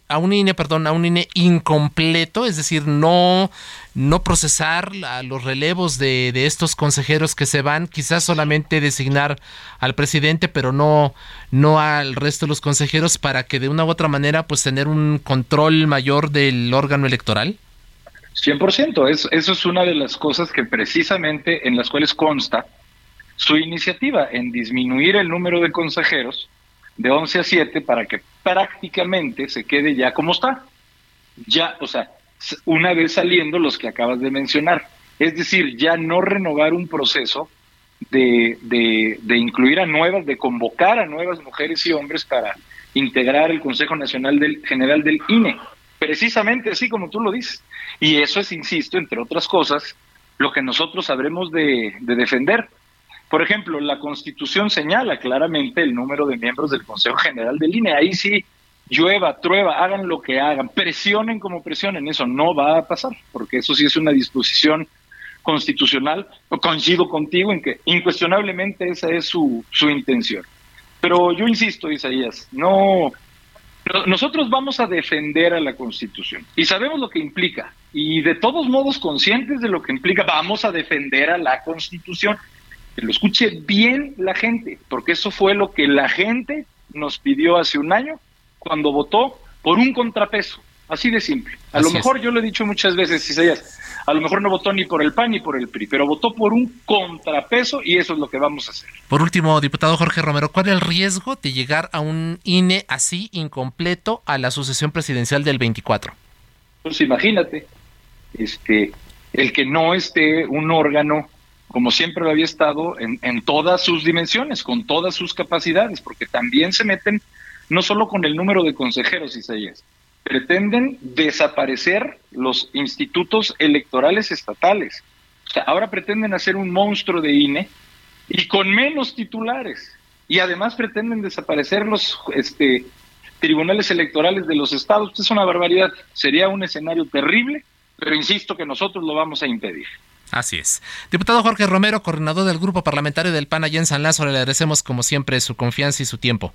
INE incompleto, es decir, no procesar los relevos de estos consejeros que se van, quizás solamente designar al presidente, pero no al resto de los consejeros, para que de una u otra manera pues tener un control mayor del órgano electoral? 100%, eso es una de las cosas que precisamente en las cuales consta su iniciativa, en disminuir el número de consejeros de 11 a 7 para que prácticamente se quede ya como está. Ya, o sea, una vez saliendo los que acabas de mencionar. Es decir, ya no renovar un proceso de incluir a nuevas, de convocar a nuevas mujeres y hombres para integrar el Consejo Nacional General del INE. Precisamente así como tú lo dices. Y eso es, insisto, entre otras cosas, lo que nosotros habremos de defender. Por ejemplo, la Constitución señala claramente el número de miembros del Consejo General del INE. Ahí sí, llueva, trueba, hagan lo que hagan, presionen como presionen, eso no va a pasar, porque eso sí es una disposición constitucional. Coincido contigo en que incuestionablemente esa es su intención. Pero yo insisto, Isaías, nosotros vamos a defender a la Constitución y sabemos lo que implica, y de todos modos conscientes de lo que implica, vamos a defender a la Constitución. Que lo escuche bien la gente, porque eso fue lo que la gente nos pidió hace un año cuando votó por un contrapeso, así de simple. A lo mejor, yo lo he dicho muchas veces, Isaías, a lo mejor no votó ni por el PAN ni por el PRI, pero votó por un contrapeso y eso es lo que vamos a hacer. Por último, diputado Jorge Romero, ¿cuál es el riesgo de llegar a un INE así incompleto a la sucesión presidencial del 24? Pues imagínate, el que no esté un órgano como siempre lo había estado en todas sus dimensiones, con todas sus capacidades, porque también se meten no solo con el número de consejeros, Isaías, pretenden desaparecer los institutos electorales estatales. O sea, ahora pretenden hacer un monstruo de INE y con menos titulares. Y además pretenden desaparecer los tribunales electorales de los estados. Es una barbaridad. Sería un escenario terrible, pero insisto que nosotros lo vamos a impedir. Así es. Diputado Jorge Romero, coordinador del Grupo Parlamentario del PAN allá en San Lázaro, le agradecemos como siempre su confianza y su tiempo.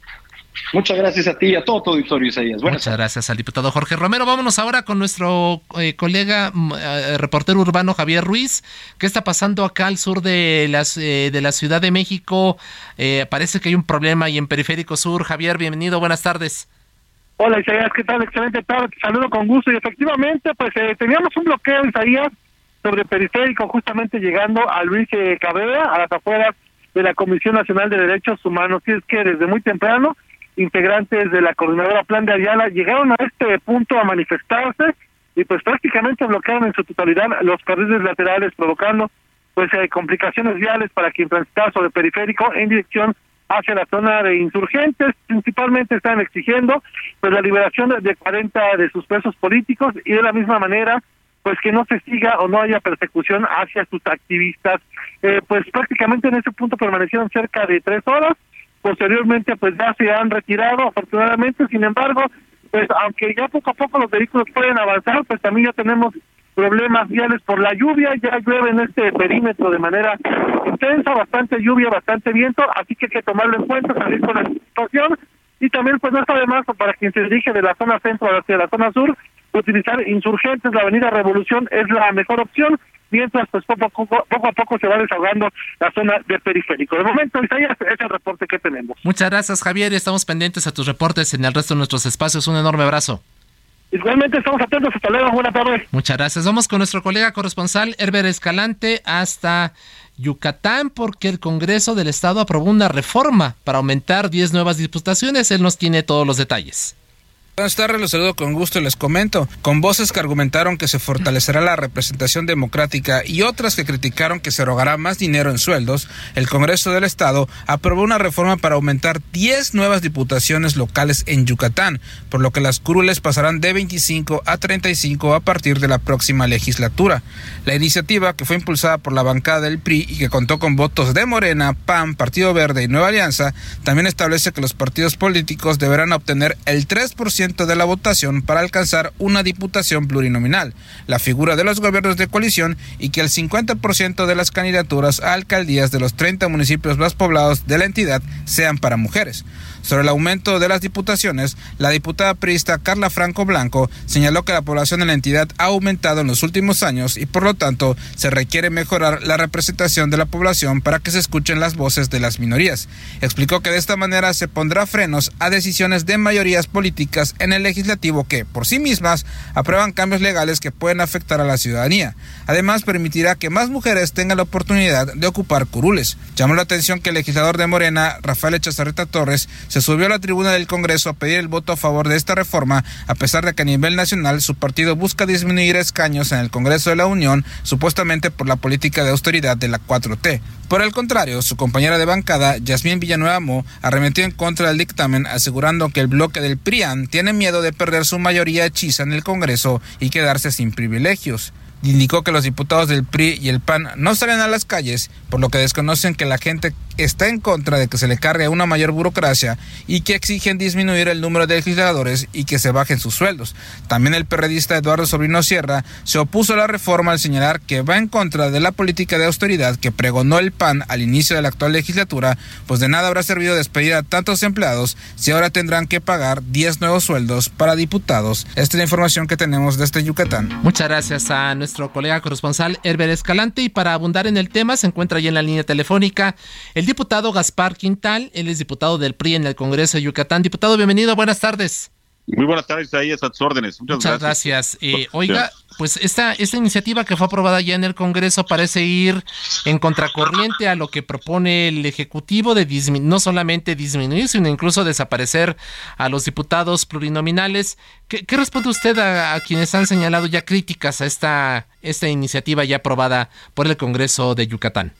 Muchas gracias a ti y a todo tu auditorio, Isaías. Muchas gracias al diputado Jorge Romero. Vámonos ahora con nuestro colega reportero urbano Javier Ruiz. ¿Qué está pasando acá al sur de la Ciudad de México? Parece que hay un problema ahí en Periférico Sur. Javier, bienvenido, buenas tardes. Hola Isaías, ¿qué tal? Excelente tarde, te saludo con gusto. Y efectivamente, pues teníamos un bloqueo, Isaías, sobre Periférico, justamente llegando a Luis Cabrera, a las afueras de la Comisión Nacional de Derechos Humanos. Y es que desde muy temprano, integrantes de la coordinadora Plan de Ayala llegaron a este punto a manifestarse y pues prácticamente bloquearon en su totalidad los carriles laterales, provocando pues complicaciones viales para quien transitaba sobre Periférico en dirección hacia la zona de insurgentes. Principalmente están exigiendo pues la liberación de 40 de sus presos políticos y de la misma manera pues que no se siga o no haya persecución hacia sus activistas. Pues prácticamente en ese punto permanecieron cerca de 3 horas. Posteriormente pues ya se han retirado afortunadamente. Sin embargo, pues aunque ya poco a poco los vehículos pueden avanzar, pues también ya tenemos problemas viales por la lluvia. Ya llueve en este perímetro de manera intensa, bastante lluvia, bastante viento, así que hay que tomarlo en cuenta, salir con la situación. Y también pues no está de más para quien se dirige de la zona centro hacia la zona sur, utilizar insurgentes. La avenida Revolución es la mejor opción, mientras pues poco a poco se va desahogando la zona de Periférico. De momento, Isaías, es el reporte que tenemos. Muchas gracias, Javier, estamos pendientes a tus reportes en el resto de nuestros espacios. Un enorme abrazo. Igualmente estamos atentos, hasta luego, buenas tardes. Muchas gracias. Vamos con nuestro colega corresponsal Herbert Escalante hasta Yucatán, porque el Congreso del Estado aprobó una reforma para aumentar 10 nuevas diputaciones. Él nos tiene todos los detalles. Buenas tardes, los saludo con gusto y les comento. Con voces que argumentaron que se fortalecerá la representación democrática y otras que criticaron que se erogará más dinero en sueldos, el Congreso del Estado aprobó una reforma para aumentar 10 nuevas diputaciones locales en Yucatán, por lo que las curules pasarán de 25 a 35 a partir de la próxima legislatura. La iniciativa, que fue impulsada por la bancada del PRI y que contó con votos de Morena, PAN, Partido Verde y Nueva Alianza, también establece que los partidos políticos deberán obtener el 3% de la votación para alcanzar una diputación plurinominal, la figura de los gobiernos de coalición, y que el 50% de las candidaturas a alcaldías de los 30 municipios más poblados de la entidad sean para mujeres. Sobre el aumento de las diputaciones, la diputada priista Carla Franco Blanco señaló que la población de la entidad ha aumentado en los últimos años y por lo tanto se requiere mejorar la representación de la población para que se escuchen las voces de las minorías. Explicó que de esta manera se pondrá frenos a decisiones de mayorías políticas en el legislativo que, por sí mismas, aprueban cambios legales que pueden afectar a la ciudadanía. Además, permitirá que más mujeres tengan la oportunidad de ocupar curules. Llamó la atención que el legislador de Morena, Rafael Echazarreta Torres, se subió a la tribuna del Congreso a pedir el voto a favor de esta reforma, a pesar de que a nivel nacional su partido busca disminuir escaños en el Congreso de la Unión, supuestamente por la política de austeridad de la 4T. Por el contrario, su compañera de bancada, Yasmín Villanueva Mo, arremetió en contra del dictamen, asegurando que el bloque del PRIAN tiene miedo de perder su mayoría hechiza en el Congreso y quedarse sin privilegios. Indicó que los diputados del PRI y el PAN no salen a las calles, por lo que desconocen que la gente está en contra de que se le cargue una mayor burocracia y que exigen disminuir el número de legisladores y que se bajen sus sueldos. También el perredista Eduardo Sobrino Sierra se opuso a la reforma al señalar que va en contra de la política de austeridad que pregonó el PAN al inicio de la actual legislatura, pues de nada habrá servido despedir a tantos empleados si ahora tendrán que pagar 10 nuevos sueldos para diputados. Esta es la información que tenemos desde Yucatán. Muchas gracias a nuestro colega corresponsal Herbert Escalante, y para abundar en el tema se encuentra ya en la línea telefónica el diputado Gaspar Quintal. Él es diputado del PRI en el Congreso de Yucatán. Diputado, bienvenido, buenas tardes. Muy buenas tardes, ahí a sus órdenes. Muchas gracias. Oiga, pues esta iniciativa que fue aprobada ya en el Congreso parece ir en contracorriente a lo que propone el Ejecutivo de no solamente disminuir, sino incluso desaparecer a los diputados plurinominales. ¿Qué responde usted a quienes han señalado ya críticas a esta iniciativa ya aprobada por el Congreso de Yucatán?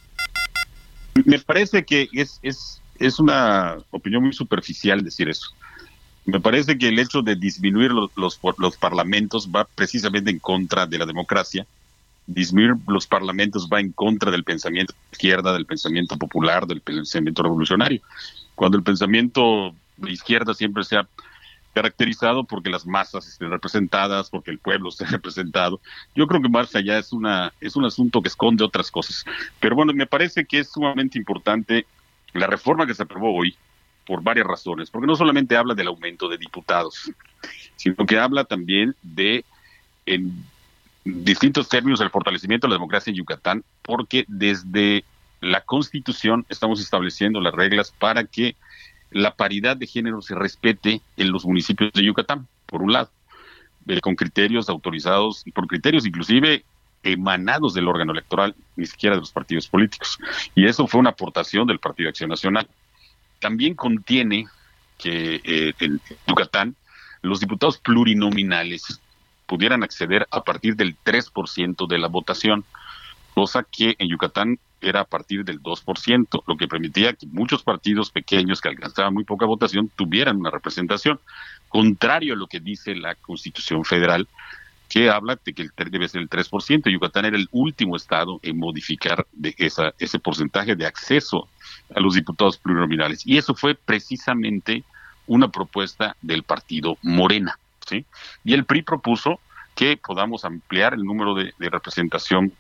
Me parece que es una opinión muy superficial decir eso. Me parece que el hecho de disminuir los parlamentos va precisamente en contra de la democracia. Disminuir los parlamentos va en contra del pensamiento de izquierda, del pensamiento popular, del pensamiento revolucionario. Cuando el pensamiento de izquierda siempre se ha caracterizado porque las masas estén representadas, porque el pueblo esté representado. Yo creo que más allá es un asunto que esconde otras cosas. Pero bueno, me parece que es sumamente importante la reforma que se aprobó hoy, por varias razones, porque no solamente habla del aumento de diputados, sino que habla también de, en distintos términos, el fortalecimiento de la democracia en Yucatán, porque desde la Constitución estamos estableciendo las reglas para que la paridad de género se respete en los municipios de Yucatán, por un lado, con criterios autorizados, por criterios inclusive emanados del órgano electoral, ni siquiera de los partidos políticos. Y eso fue una aportación del Partido Acción Nacional. También contiene que en Yucatán los diputados plurinominales pudieran acceder a partir del 3% de la votación, cosa que en Yucatán era a partir del 2%, lo que permitía que muchos partidos pequeños que alcanzaban muy poca votación tuvieran una representación, contrario a lo que dice la Constitución Federal, que habla de que debe ser el 3%. Yucatán era el último estado en modificar ese porcentaje de acceso a los diputados plurinominales. Y eso fue precisamente una propuesta del partido Morena, ¿sí? Y el PRI propuso que podamos ampliar el número de representación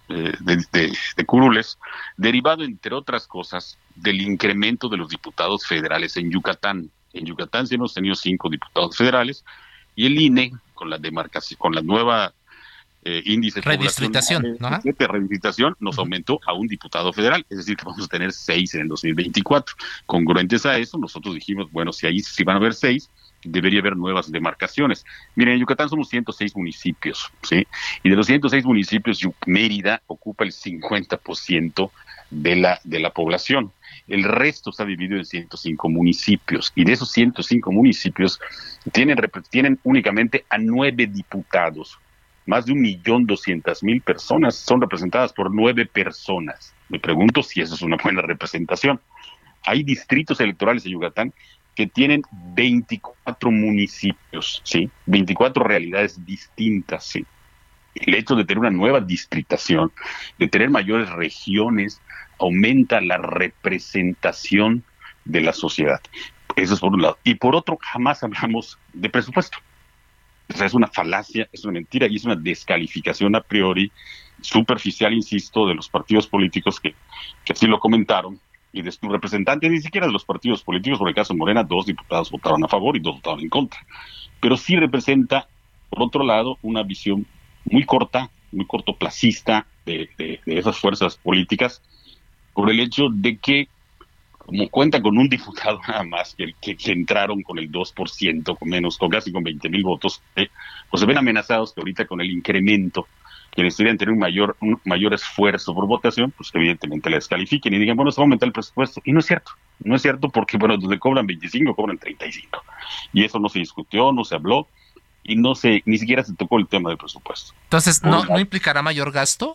de curules, derivado, entre otras cosas, del incremento de los diputados federales en Yucatán. En Yucatán sí hemos tenido 5 diputados federales, y el INE, con la demarcación, con la nueva índice de redistritación, nos aumentó a un diputado federal, es decir, que vamos a tener 6 en el 2024. Congruentes a eso, nosotros dijimos, bueno, si ahí sí van a haber 6, debería haber nuevas demarcaciones. Miren, en Yucatán somos 106 municipios, ¿sí? Y de los 106 municipios, Mérida ocupa el 50% de la población. El resto está dividido en 105 municipios, y de esos 105 municipios tienen únicamente a 9 diputados. Más de 1.200.000 personas son representadas por 9 personas. Me pregunto si eso es una buena representación. Hay distritos electorales en Yucatán que tienen 24 municipios, ¿sí? 24 realidades distintas, ¿sí? El hecho de tener una nueva distritación, de tener mayores regiones, aumenta la representación de la sociedad. Eso es por un lado. Y por otro, jamás hablamos de presupuesto. O sea, es una falacia, es una mentira y es una descalificación a priori, superficial, insisto, de los partidos políticos que así lo comentaron, y de sus representantes, ni siquiera de los partidos políticos. Por el caso de Morena, 2 diputados votaron a favor y 2 votaron en contra. Pero sí representa, por otro lado, una visión muy corta, muy cortoplacista de esas fuerzas políticas, por el hecho de que, como cuenta con un diputado nada más, que entraron con el 2%, con casi con 20,000 votos, pues se ven amenazados que ahorita con el incremento, que necesitarían tener un mayor esfuerzo por votación, pues evidentemente la descalifiquen y digan, bueno, se va a aumentar el presupuesto. Y no es cierto porque, bueno, donde cobran 25, cobran 35. Y eso no se discutió, no se habló, y ni siquiera se tocó el tema del presupuesto. Entonces, ¿no implicará mayor gasto?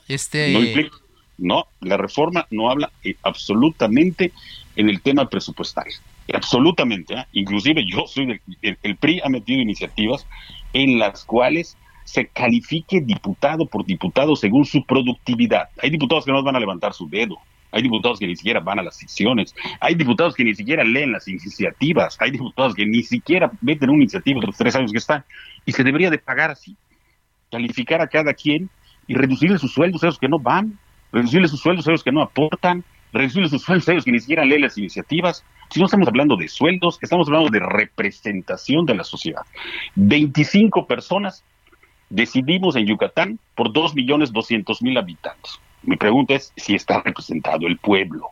No, la reforma no habla absolutamente en el tema presupuestario. Absolutamente, inclusive yo soy el PRI ha metido iniciativas en las cuales se califique diputado por diputado según su productividad. Hay diputados que no van a levantar su dedo, hay diputados que ni siquiera van a las sesiones, hay diputados que ni siquiera leen las iniciativas, hay diputados que ni siquiera meten una iniciativa de los 3 años que están, y se debería de pagar así, calificar a cada quien y reducirle sus sueldos a esos que no van, reducirle sus sueldos a esos que no aportan, reducirle sus sueldos a ellos que ni siquiera leen las iniciativas. Si no estamos hablando de sueldos, estamos hablando de representación de la sociedad. 25 personas decidimos en Yucatán por 2.200.000 habitantes. Mi pregunta es si está representado el pueblo.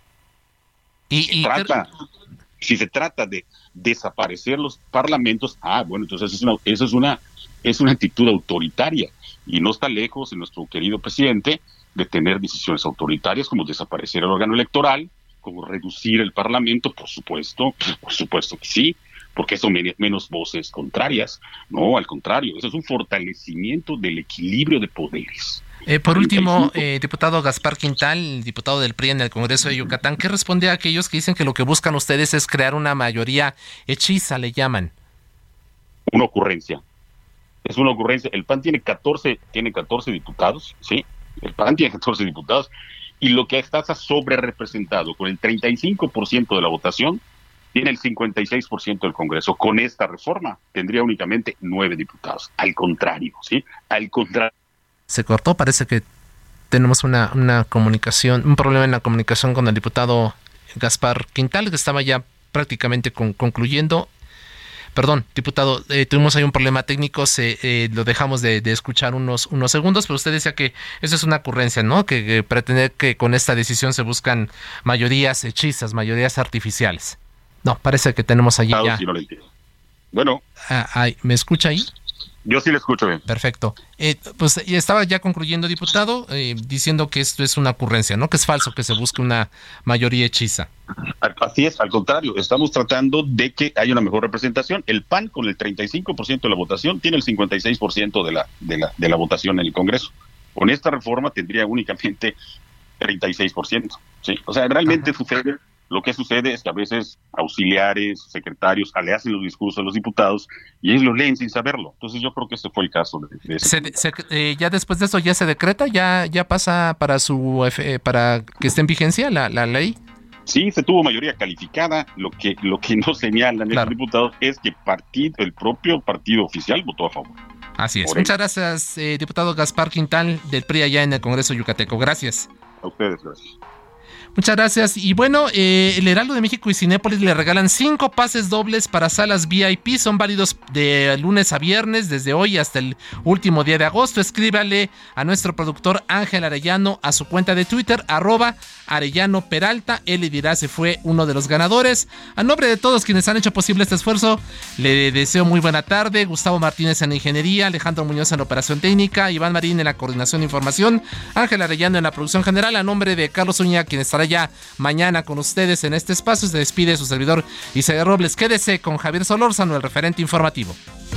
Si se trata de desaparecer los parlamentos, bueno, entonces eso es una actitud autoritaria, y no está lejos de nuestro querido presidente de tener decisiones autoritarias como desaparecer el órgano electoral, como reducir el parlamento. Por supuesto que sí, porque eso menos voces contrarias. No, al contrario, eso es un fortalecimiento del equilibrio de poderes. Por último, diputado Gaspar Quintal, diputado del PRI en el Congreso de Yucatán, ¿qué responde a aquellos que dicen que lo que buscan ustedes es crear una mayoría hechiza, le llaman? Una ocurrencia. Es una ocurrencia. El PAN tiene 14 diputados, ¿sí? El PAN tiene 14 diputados, y lo que está sobre representado con el 35% de la votación, tiene el 56% del Congreso. Con esta reforma tendría únicamente 9 diputados. Al contrario, ¿sí? Al contrario. Se cortó, parece que tenemos un problema en la comunicación con el diputado Gaspar Quintal, que estaba ya prácticamente concluyendo. Perdón, diputado, tuvimos ahí un problema técnico, lo dejamos de escuchar unos segundos, pero usted decía que eso es una ocurrencia, ¿no? Que pretender que con esta decisión se buscan mayorías hechizas, mayorías artificiales. No, parece que tenemos allí ya. Sí, no lo entiendo. Bueno. ¿Me escucha ahí? Yo sí le escucho bien. Perfecto. Pues estaba ya concluyendo, diputado, diciendo que esto es una ocurrencia, ¿no? Que es falso que se busque una mayoría hechiza. Así es, al contrario, estamos tratando de que haya una mejor representación. El PAN, con el 35% de la votación, tiene el 56% de la votación en el Congreso. Con esta reforma tendría únicamente 36%. ¿Sí? O sea, realmente lo que sucede es que a veces auxiliares, secretarios, le hacen los discursos a los diputados y ellos lo leen sin saberlo. Entonces yo creo que este fue el caso de ese. Ya después de eso ya se decreta, ya pasa para que esté en vigencia la ley. Sí, se tuvo mayoría calificada. Lo que no señalan los diputados es que el propio partido oficial votó a favor. Así es. Muchas gracias, diputado Gaspar Quintal del PRI allá en el Congreso Yucateco. Gracias. A ustedes, gracias. Muchas gracias. Y bueno, el Heraldo de México y Cinépolis le regalan 5 pases dobles para salas VIP. Son válidos de lunes a viernes, desde hoy hasta el último día de agosto. Escríbale a nuestro productor Ángel Arellano a su cuenta de Twitter, @Arellano Peralta. Él le dirá si fue uno de los ganadores. A nombre de todos quienes han hecho posible este esfuerzo, le deseo muy buena tarde. Gustavo Martínez en la ingeniería, Alejandro Muñoz en la operación técnica, Iván Marín en la coordinación de información, Ángel Arellano en la producción general. A nombre de Carlos Uña, quien estará ya mañana con ustedes en este espacio, se despide su servidor Isaías Robles. Quédese con Javier Solórzano, el referente informativo.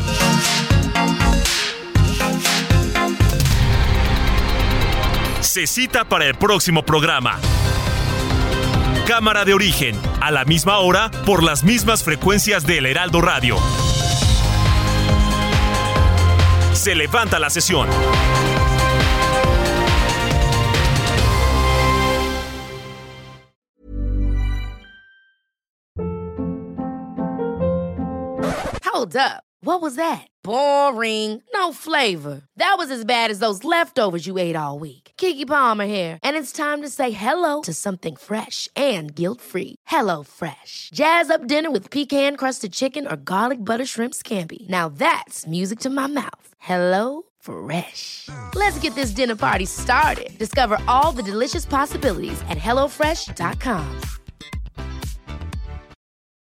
Se cita para el próximo programa. Cámara de Origen, a la misma hora, por las mismas frecuencias del Heraldo Radio. Se levanta la sesión. Hold up. What was that? Boring. No flavor. That was as bad as those leftovers you ate all week. Keke Palmer here, and it's time to say hello to something fresh and guilt-free. Hello Fresh. Jazz up dinner with pecan-crusted chicken or garlic butter shrimp scampi. Now that's music to my mouth. Hello Fresh. Let's get this dinner party started. Discover all the delicious possibilities at HelloFresh.com.